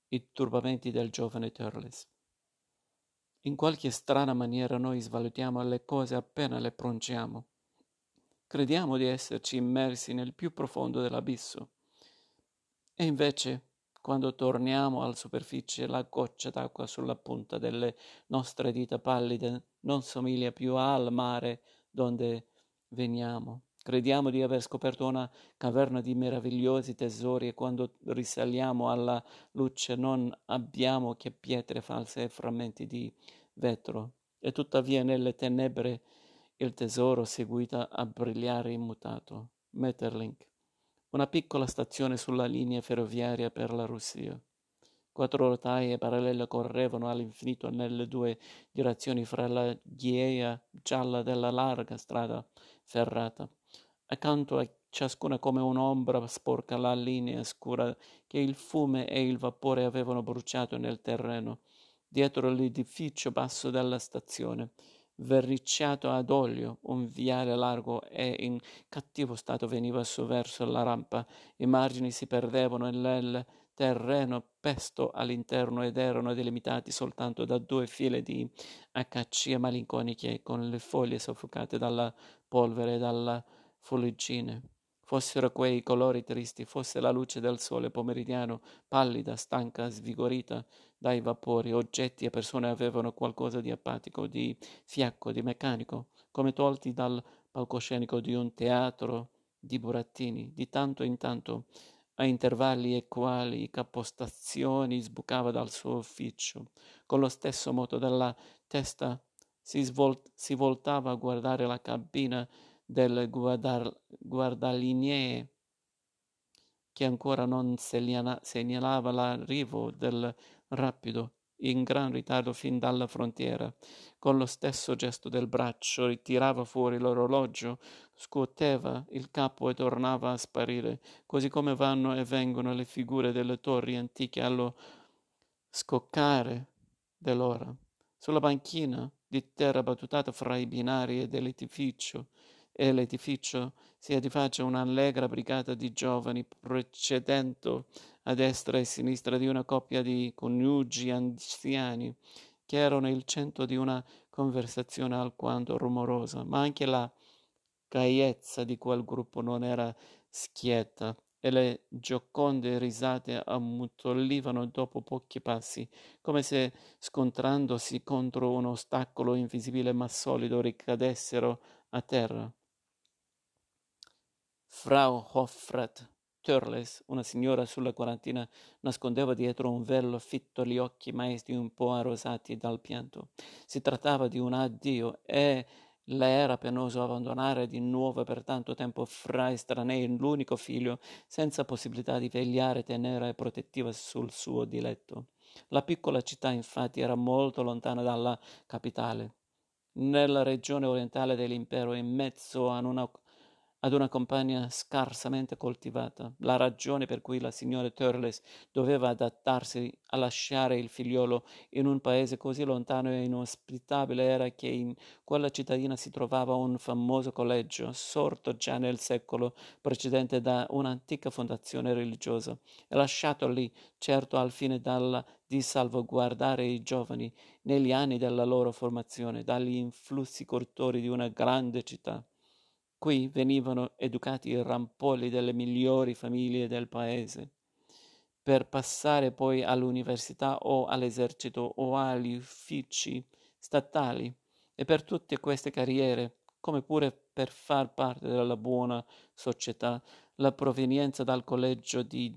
i turbamenti del giovane Turles. In qualche strana maniera noi svalutiamo le cose appena le pronunciamo. Crediamo di esserci immersi nel più profondo dell'abisso. E invece, quando torniamo alla superficie, la goccia d'acqua sulla punta delle nostre dita pallide non somiglia più al mare donde veniamo. Crediamo di aver scoperto una caverna di meravigliosi tesori e quando risaliamo alla luce non abbiamo che pietre false e frammenti di vetro. E tuttavia nelle tenebre il tesoro seguita a brillare immutato. Metterlink, una piccola stazione sulla linea ferroviaria per la Russia. 4 rotaie parallele correvano all'infinito nelle due direzioni fra la ghiaia gialla della larga strada ferrata. Accanto a ciascuna come un'ombra sporca la linea scura che il fumo e il vapore avevano bruciato nel terreno, dietro l'edificio basso della stazione, verniciato ad olio, un viale largo e in cattivo stato veniva su verso la rampa, i margini si perdevano nel terreno pesto all'interno ed erano delimitati soltanto da 2 file di acacie malinconiche con le foglie soffocate dalla polvere e dalla fuliggine. Fossero quei colori tristi, fosse la luce del sole pomeridiano, pallida, stanca, svigorita dai vapori, oggetti e persone avevano qualcosa di apatico, di fiacco, di meccanico, come tolti dal palcoscenico di un teatro di burattini. Di tanto in tanto, a intervalli equali, capostazioni sbucava dal suo ufficio. Con lo stesso moto della testa si voltava a guardare la cabina del guardalinee che ancora non segnalava l'arrivo del rapido, in gran ritardo fin dalla frontiera. Con lo stesso gesto del braccio ritirava fuori l'orologio, scuoteva il capo e tornava a sparire, così come vanno e vengono le figure delle torri antiche allo scoccare dell'ora. Sulla banchina di terra battutata fra i binari e l'edificio si adifaccia un'allegra brigata di giovani, precedendo a destra e a sinistra di una coppia di coniugi anziani, che erano il centro di una conversazione alquanto rumorosa, ma anche la gaiezza di quel gruppo non era schietta e le gioconde risate ammutolivano dopo pochi passi, come se scontrandosi contro un ostacolo invisibile ma solido ricadessero a terra. Frau Hofrat Turles, una signora sulla quarantina, nascondeva dietro un velo fitto gli occhi maestri un po' arrosati dal pianto. Si trattava di un addio e le era penoso abbandonare di nuovo per tanto tempo fra estranei l'unico figlio, senza possibilità di vegliare tenera e protettiva sul suo diletto. La piccola città, infatti, era molto lontana dalla capitale, nella regione orientale dell'impero, in mezzo ad una campagna scarsamente coltivata. La ragione per cui la signora Turles doveva adattarsi a lasciare il figliolo in un paese così lontano e inospitabile era che in quella cittadina si trovava un famoso collegio, sorto già nel secolo precedente da un'antica fondazione religiosa, e lasciato lì, certo al fine di salvaguardare i giovani negli anni della loro formazione dagli influssi corruttori di una grande città. Qui venivano educati i rampolli delle migliori famiglie del paese, per passare poi all'università o all'esercito o agli uffici statali, e per tutte queste carriere, come pure per far parte della buona società, la provenienza dal collegio di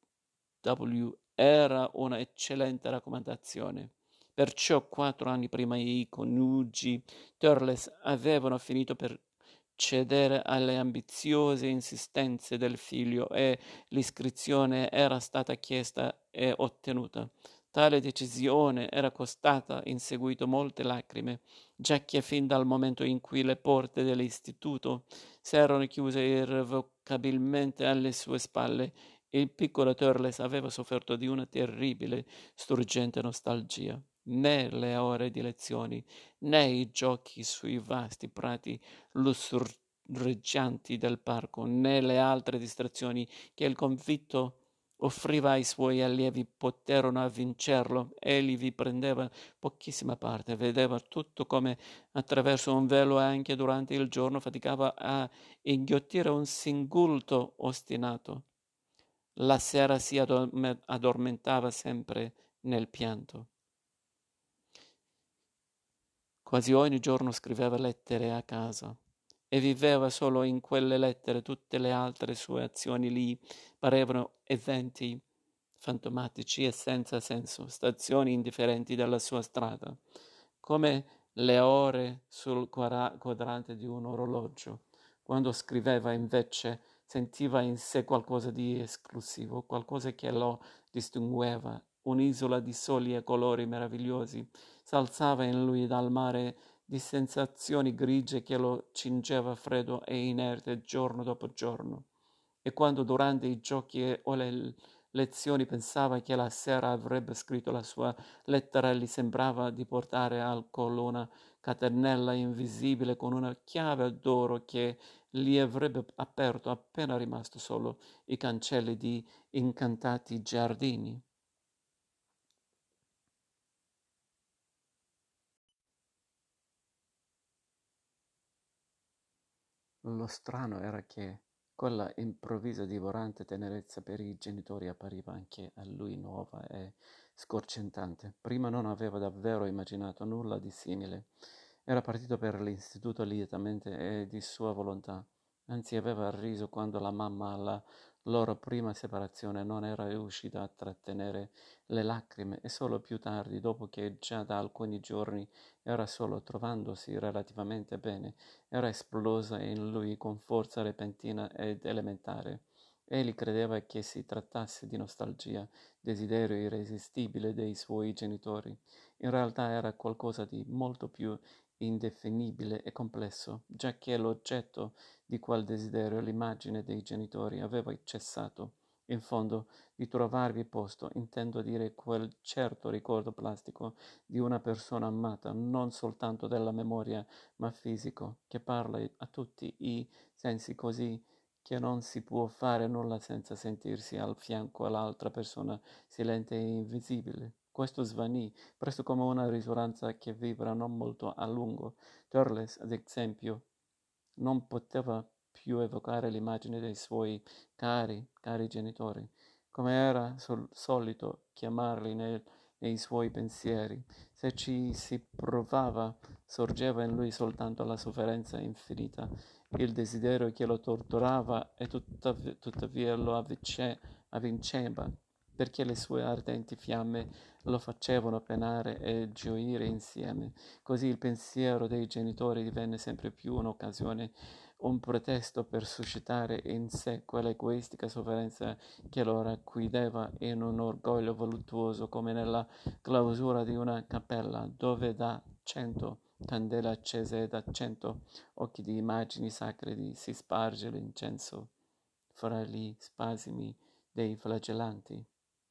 W era una eccellente raccomandazione. Perciò 4 anni prima i coniugi Turles avevano finito per cedere alle ambiziose insistenze del figlio e l'iscrizione era stata chiesta e ottenuta. Tale decisione era costata in seguito molte lacrime, giacché fin dal momento in cui le porte dell'istituto si erano chiuse irrevocabilmente alle sue spalle, il piccolo Turles aveva sofferto di una terribile, struggente nostalgia. Né le ore di lezioni, né i giochi sui vasti prati lussureggianti del parco, né le altre distrazioni che il convitto offriva ai suoi allievi poterono vincerlo. Egli vi prendeva pochissima parte, vedeva tutto come attraverso un velo e anche durante il giorno faticava a inghiottire un singulto ostinato. La sera si addormentava sempre nel pianto. Quasi ogni giorno scriveva lettere a casa e viveva solo in quelle lettere. Tutte le altre sue azioni lì parevano eventi fantomatici e senza senso, stazioni indifferenti della sua strada, come le ore sul quadrante di un orologio. Quando scriveva, invece, sentiva in sé qualcosa di esclusivo, qualcosa che lo distingueva, un'isola di soli e colori meravigliosi s'alzava in lui dal mare di sensazioni grigie che lo cingeva freddo e inerte giorno dopo giorno. E quando durante i giochi o le lezioni pensava che la sera avrebbe scritto la sua lettera, gli sembrava di portare al collo una catenella invisibile con una chiave d'oro che gli avrebbe aperto appena rimasto solo i cancelli di incantati giardini. Lo strano era che quella improvvisa divorante tenerezza per i genitori appariva anche a lui nuova e scorcentante. Prima non aveva davvero immaginato nulla di simile. Era partito per l'istituto lietamente e di sua volontà. Anzi, aveva riso quando la mamma alla loro prima separazione non era riuscita a trattenere le lacrime e solo più tardi, dopo che già da alcuni giorni era solo trovandosi relativamente bene, era esplosa in lui con forza repentina ed elementare. Egli credeva che si trattasse di nostalgia, desiderio irresistibile dei suoi genitori. In realtà era qualcosa di molto più indefinibile e complesso, giacché l'oggetto di quel desiderio, l'immagine dei genitori, aveva cessato, in fondo, di trovarvi posto, intendo dire quel certo ricordo plastico di una persona amata, non soltanto della memoria ma fisico, che parla a tutti i sensi così che non si può fare nulla senza sentirsi al fianco all'altra persona silente e invisibile. Questo svanì, presto come una risonanza che vibra non molto a lungo. Turles, ad esempio, non poteva più evocare l'immagine dei suoi cari genitori, come era solito chiamarli nei suoi pensieri. Se ci si provava, sorgeva in lui soltanto la sofferenza infinita, il desiderio che lo torturava e tuttavia lo avvinceva, perché le sue ardenti fiamme lo facevano penare e gioire insieme. Così il pensiero dei genitori divenne sempre più un'occasione, un pretesto per suscitare in sé quella egoistica sofferenza che lo racchiudeva in un orgoglio voluttuoso come nella clausura di una cappella, dove da 100 candele accese e da 100 occhi di immagini sacre si sparge l'incenso fra gli spasimi dei flagellanti.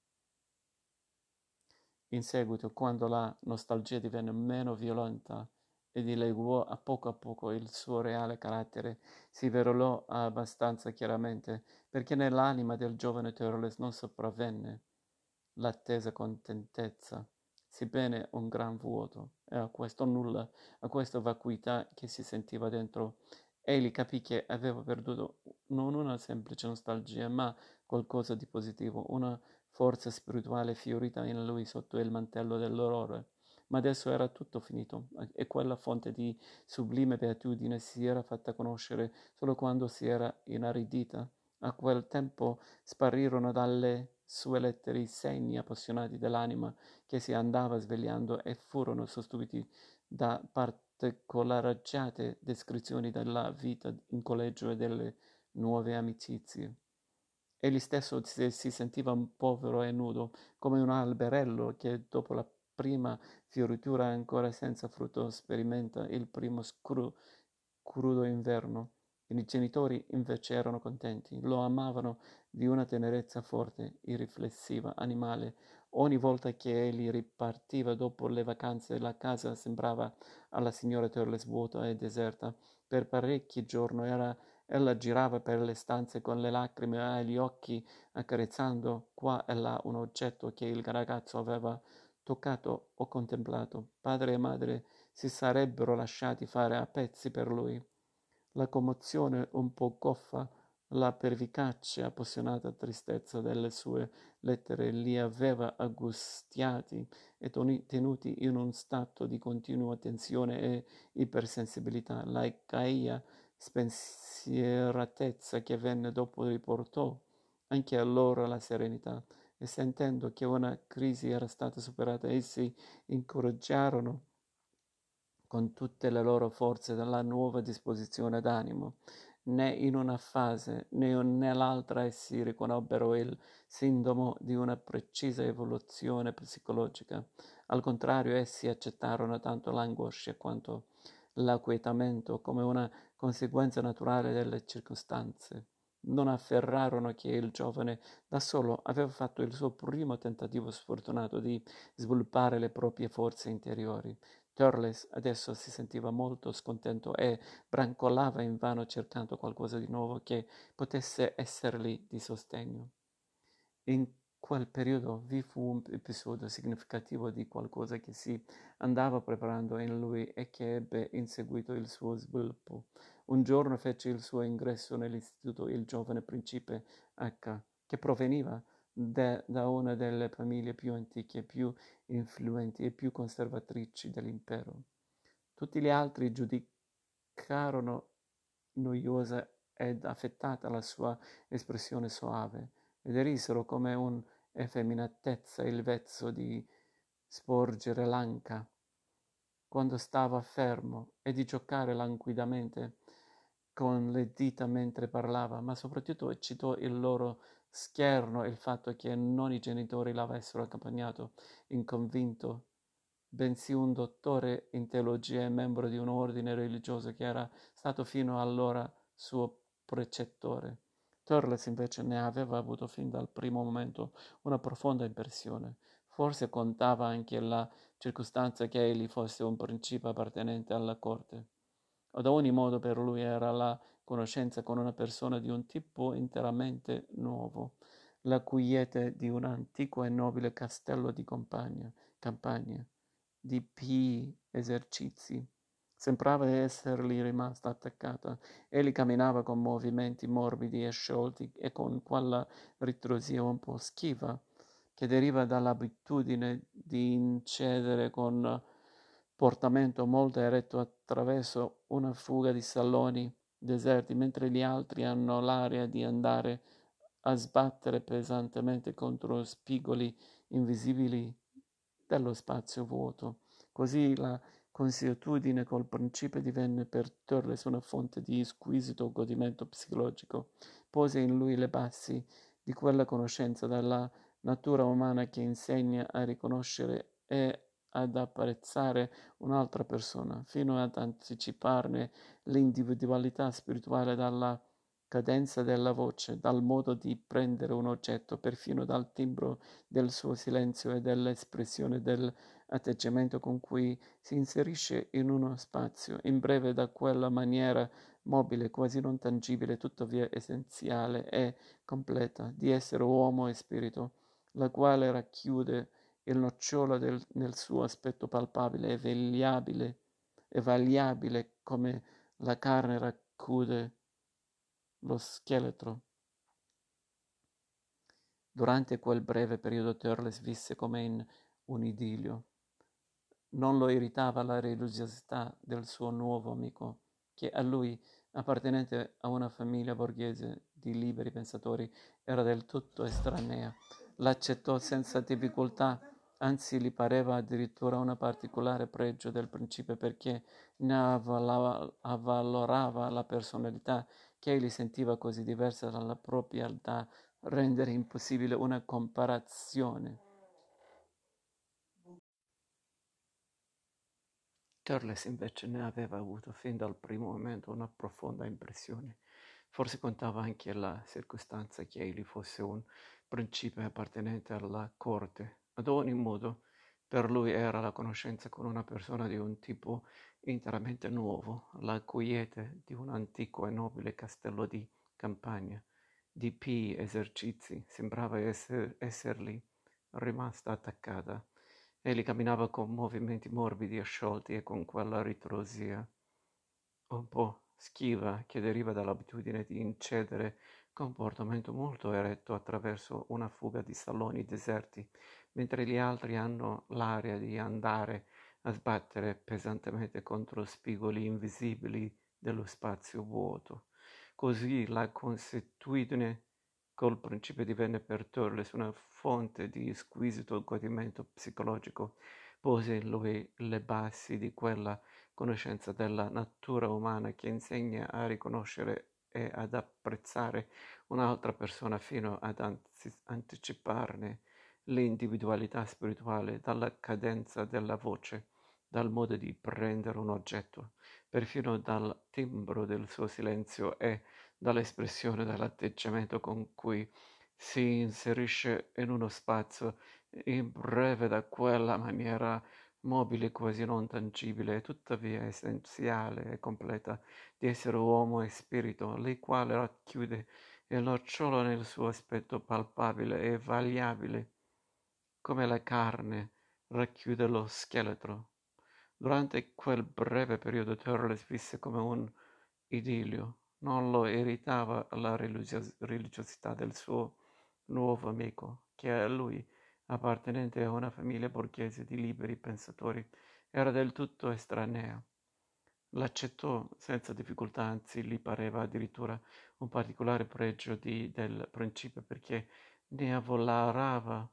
In seguito, quando la nostalgia divenne meno violenta e dileguò a poco il suo reale carattere, si rivelò abbastanza chiaramente, perché nell'anima del giovane Turles non sopravvenne l'attesa contentezza, sebbene un gran vuoto, e a questo nulla, a questa vacuità che si sentiva dentro. Egli capì che aveva perduto non una semplice nostalgia, ma qualcosa di positivo, una forza spirituale fiorita in lui sotto il mantello dell'orrore. Ma adesso era tutto finito e quella fonte di sublime beatitudine si era fatta conoscere solo quando si era inaridita. A quel tempo sparirono dalle sue lettere i segni appassionati dell'anima che si andava svegliando e furono sostituiti da particolareggiate descrizioni della vita in collegio e delle nuove amicizie. Egli stesso si sentiva un povero e nudo, come un alberello che dopo la prima fioritura ancora senza frutto sperimenta il primo crudo inverno. I genitori invece erano contenti, lo amavano di una tenerezza forte, irriflessiva, animale. Ogni volta che egli ripartiva dopo le vacanze, la casa sembrava alla signora Turles vuota e deserta. Per parecchi giorni era Ella girava per le stanze con le lacrime agli occhi, accarezzando qua e là un oggetto che il ragazzo aveva toccato o contemplato. Padre e madre si sarebbero lasciati fare a pezzi per lui. La commozione un po' goffa, la pervicace appassionata tristezza delle sue lettere li aveva angustiati e tenuti in un stato di continua tensione e ipersensibilità. La gaia spensieratezza che venne dopo riportò anche a loro la serenità, e sentendo che una crisi era stata superata, essi incoraggiarono con tutte le loro forze dalla nuova disposizione d'animo. Né in una fase né nell'altra essi riconobbero il sintomo di una precisa evoluzione psicologica. Al contrario, essi accettarono tanto l'angoscia quanto l'acquietamento come una conseguenza naturale delle circostanze. Non afferrarono che il giovane da solo aveva fatto il suo primo tentativo sfortunato di sviluppare le proprie forze interiori. Turles adesso si sentiva molto scontento e brancolava invano cercando qualcosa di nuovo che potesse essergli di sostegno. In quel periodo vi fu un episodio significativo di qualcosa che si andava preparando in lui e che ebbe in seguito il suo sviluppo. Un giorno fece il suo ingresso nell'istituto il giovane principe H, che proveniva da una delle famiglie più antiche, più influenti e più conservatrici dell'impero. Tutti gli altri giudicarono noiosa ed affettata la sua espressione soave, e derisero come un'effeminatezza il vezzo di sporgere l'anca quando stava fermo e di giocare languidamente con le dita mentre parlava, ma soprattutto eccitò il loro scherno il fatto che non i genitori l'avessero accompagnato in convento, bensì un dottore in teologia e membro di un ordine religioso che era stato fino allora suo precettore. Turles invece ne aveva avuto fin dal primo momento una profonda impressione. Forse contava anche la circostanza che egli fosse un principe appartenente alla corte. Ad ogni modo per lui era la conoscenza con una persona di un tipo interamente nuovo, la quiete di un antico e nobile castello di campagna, di pii esercizi. Sembrava essergli rimasta attaccata. Egli camminava con movimenti morbidi e sciolti e con quella ritrosia un po' schiva che deriva dall'abitudine di incedere con portamento molto eretto attraverso una fuga di saloni deserti, mentre gli altri hanno l'aria di andare a sbattere pesantemente contro spigoli invisibili dello spazio vuoto. Così la consuetudine col principe divenne per Turles una fonte di squisito godimento psicologico. Pose in lui le basi di quella conoscenza della natura umana che insegna a riconoscere e ad apprezzare un'altra persona, fino ad anticiparne l'individualità spirituale dalla cadenza della voce, dal modo di prendere un oggetto, perfino dal timbro del suo silenzio e dell'espressione dell'atteggiamento con cui si inserisce in uno spazio, in breve da quella maniera mobile, quasi non tangibile, tuttavia essenziale e completa, di essere uomo e spirito, la quale racchiude il nocciolo nel suo aspetto palpabile e vagliabile come la carne racchiude lo scheletro. Durante quel breve periodo Turles visse come in un idillio. Non lo irritava la religiosità del suo nuovo amico, che a lui, appartenente a una famiglia borghese di liberi pensatori, era del tutto estranea. L'accettò senza difficoltà, anzi gli pareva addirittura un particolare pregio del principe perché ne avvalorava la personalità che egli sentiva così diversa dalla propria da rendere impossibile una comparazione. Turles invece ne aveva avuto fin dal primo momento una profonda impressione. Forse contava anche la circostanza che egli fosse un principe appartenente alla corte. Ad ogni modo, Per lui era la conoscenza con una persona di un tipo interamente nuovo, la quiete di un antico e nobile castello di campagna, di pii esercizi, sembrava esserli rimasta attaccata. Egli camminava con movimenti morbidi e sciolti e con quella ritrosia un po' schiva che deriva dall'abitudine di incedere comportamento molto eretto attraverso una fuga di saloni deserti, mentre gli altri hanno l'aria di andare a sbattere pesantemente contro spigoli invisibili dello spazio vuoto. Così la consuetudine col principe divenne per Turles una fonte di squisito godimento psicologico, pose in lui le basi di quella conoscenza della natura umana che insegna a riconoscere e ad apprezzare un'altra persona fino ad anticiparne l'individualità spirituale dalla cadenza della voce, dal modo di prendere un oggetto, perfino dal timbro del suo silenzio e dall'espressione dell'atteggiamento con cui si inserisce in uno spazio, in breve da quella maniera mobile quasi non tangibile e tuttavia essenziale e completa di essere uomo e spirito, lei quale racchiude il nocciolo nel suo aspetto palpabile e vagliabile, come la carne racchiude lo scheletro. Durante quel breve periodo Turles visse come un idillio. Non lo irritava la religiosità del suo nuovo amico, che a lui, appartenente a una famiglia borghese di liberi pensatori, era del tutto estranea. L'accettò senza difficoltà, anzi gli pareva addirittura un particolare pregio del principe perché ne avvalorava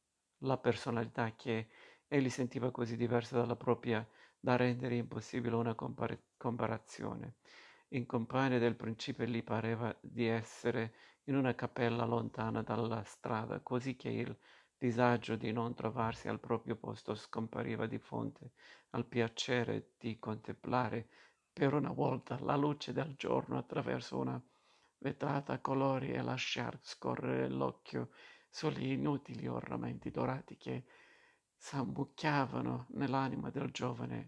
la personalità che egli sentiva così diversa dalla propria da rendere impossibile una comparazione. In compagnia del principe gli pareva di essere in una cappella lontana dalla strada, così che il disagio di non trovarsi al proprio posto scompariva di fronte al piacere di contemplare per una volta la luce del giorno attraverso una vetrata a colori e lasciar scorrere l'occhio sugli inutili ornamenti dorati che s'ammucchiavano nell'anima del giovane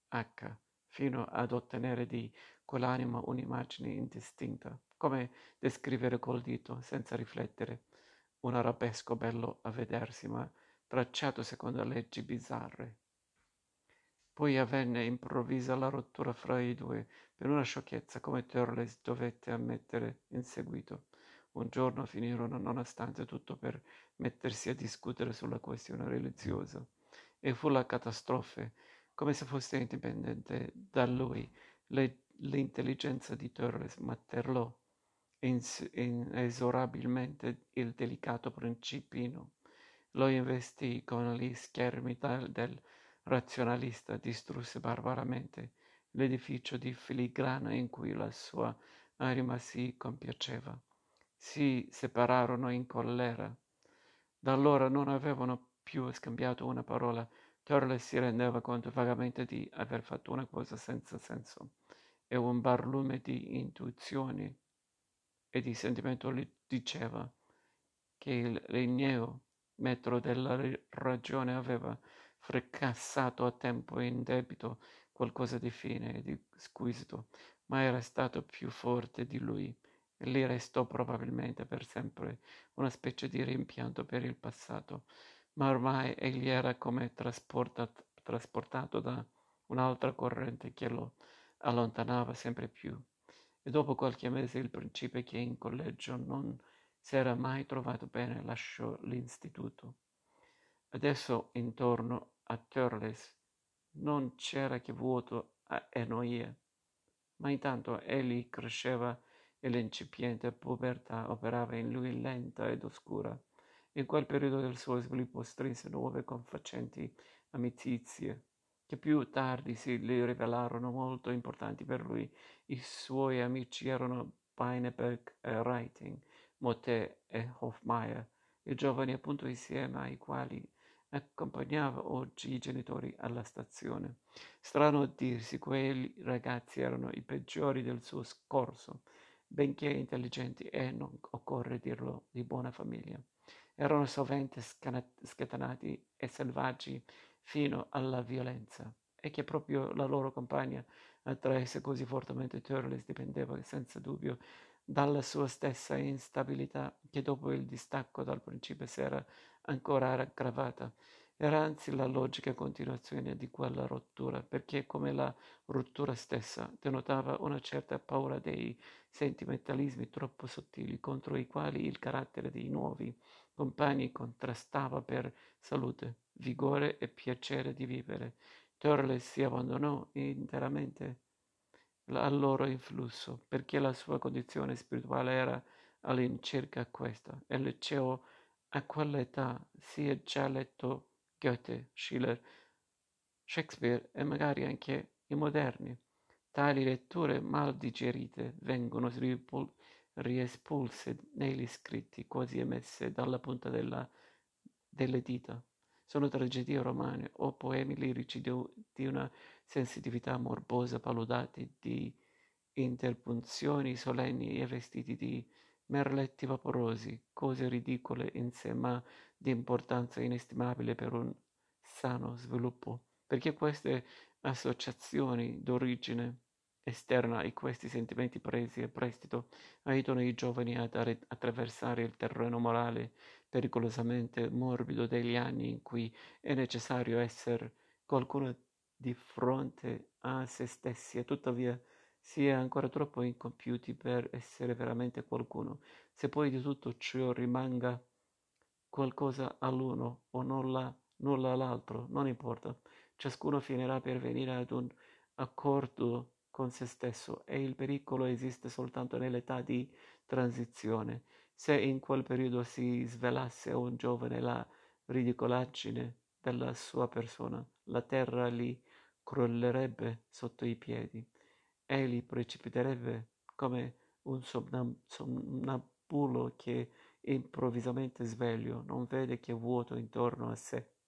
H, fino ad ottenere di quell'anima un'immagine indistinta, come descrivere col dito, senza riflettere, un arabesco bello a vedersi, ma tracciato secondo leggi bizzarre. Poi avvenne improvvisa la rottura fra i due, per una sciocchezza, come Turles dovette ammettere in seguito. Un giorno finirono, nonostante tutto, per mettersi a discutere sulla questione religiosa. E fu la catastrofe, come se fosse indipendente da lui. L'intelligenza di Turles matterlò inesorabilmente il delicato principino. Lo investì con gli schermi del razionalista, distrusse barbaramente l'edificio di filigrana in cui la sua anima si compiaceva. Si separarono in collera. Da allora non avevano più scambiato una parola. Turles si rendeva conto vagamente di aver fatto una cosa senza senso e un barlume di intuizioni e di sentimento gli diceva che il ligneo metro della ragione aveva fracassato a tempo indebito qualcosa di fine e di squisito, ma era stato più forte di lui e gli restò probabilmente per sempre una specie di rimpianto per il passato, ma ormai egli era come trasportato da un'altra corrente che lo allontanava sempre più. E dopo qualche mese il principe, che in collegio non s'era mai trovato bene, lasciò l'istituto. Adesso intorno a Turles non c'era che vuoto e noia, ma intanto egli cresceva e l'incipiente pubertà operava in lui lenta ed oscura. In quel periodo del suo sviluppo strinse nuove confacenti amicizie, che più tardi si gli rivelarono molto importanti per lui. I suoi amici erano Beineberg e Reiting, Motet e Hofmeier, i giovani appunto insieme ai quali accompagnava oggi i genitori alla stazione. Strano a dirsi, quei ragazzi erano i peggiori del suo corso, benché intelligenti e, non occorre dirlo, di buona famiglia. Erano sovente scatenati e selvaggi fino alla violenza, e che proprio la loro compagna attraesse così fortemente Turles dipendeva senza dubbio dalla sua stessa instabilità, che dopo il distacco dal principe s'era ancora aggravata. Era anzi la logica continuazione di quella rottura, perché come la rottura stessa denotava una certa paura dei sentimentalismi troppo sottili contro i quali il carattere dei nuovi compagni contrastava per salute, vigore e piacere di vivere. Turles si abbandonò interamente al loro influsso, perché la sua condizione spirituale era all'incirca questa, e il liceo a quell'età si è già letto Goethe, Schiller, Shakespeare e magari anche i moderni. Tali letture mal digerite vengono riespulse negli scritti, quasi emesse dalla punta delle dita. Sono tragedie romane o poemi lirici di una sensitività morbosa, paludati di interpunzioni solenni e vestiti di merletti vaporosi, cose ridicole in sé, ma di importanza inestimabile per un sano sviluppo, perché queste associazioni d'origine esterna e questi sentimenti presi a prestito aiutano i giovani ad attraversare il terreno morale pericolosamente morbido degli anni in cui è necessario essere qualcuno di fronte a se stessi e tuttavia si è ancora troppo incompiuti per essere veramente qualcuno. Se poi di tutto ciò rimanga qualcosa all'uno o nulla all'altro, non importa. Ciascuno finirà per venire ad un accordo con se stesso e il pericolo esiste soltanto nell'età di transizione. Se in quel periodo si svelasse a un giovane la ridicolaggine della sua persona, la terra gli crollerebbe sotto i piedi. Egli precipiterebbe come un sonnambulo che improvvisamente sveglio non vede che vuoto intorno a sé.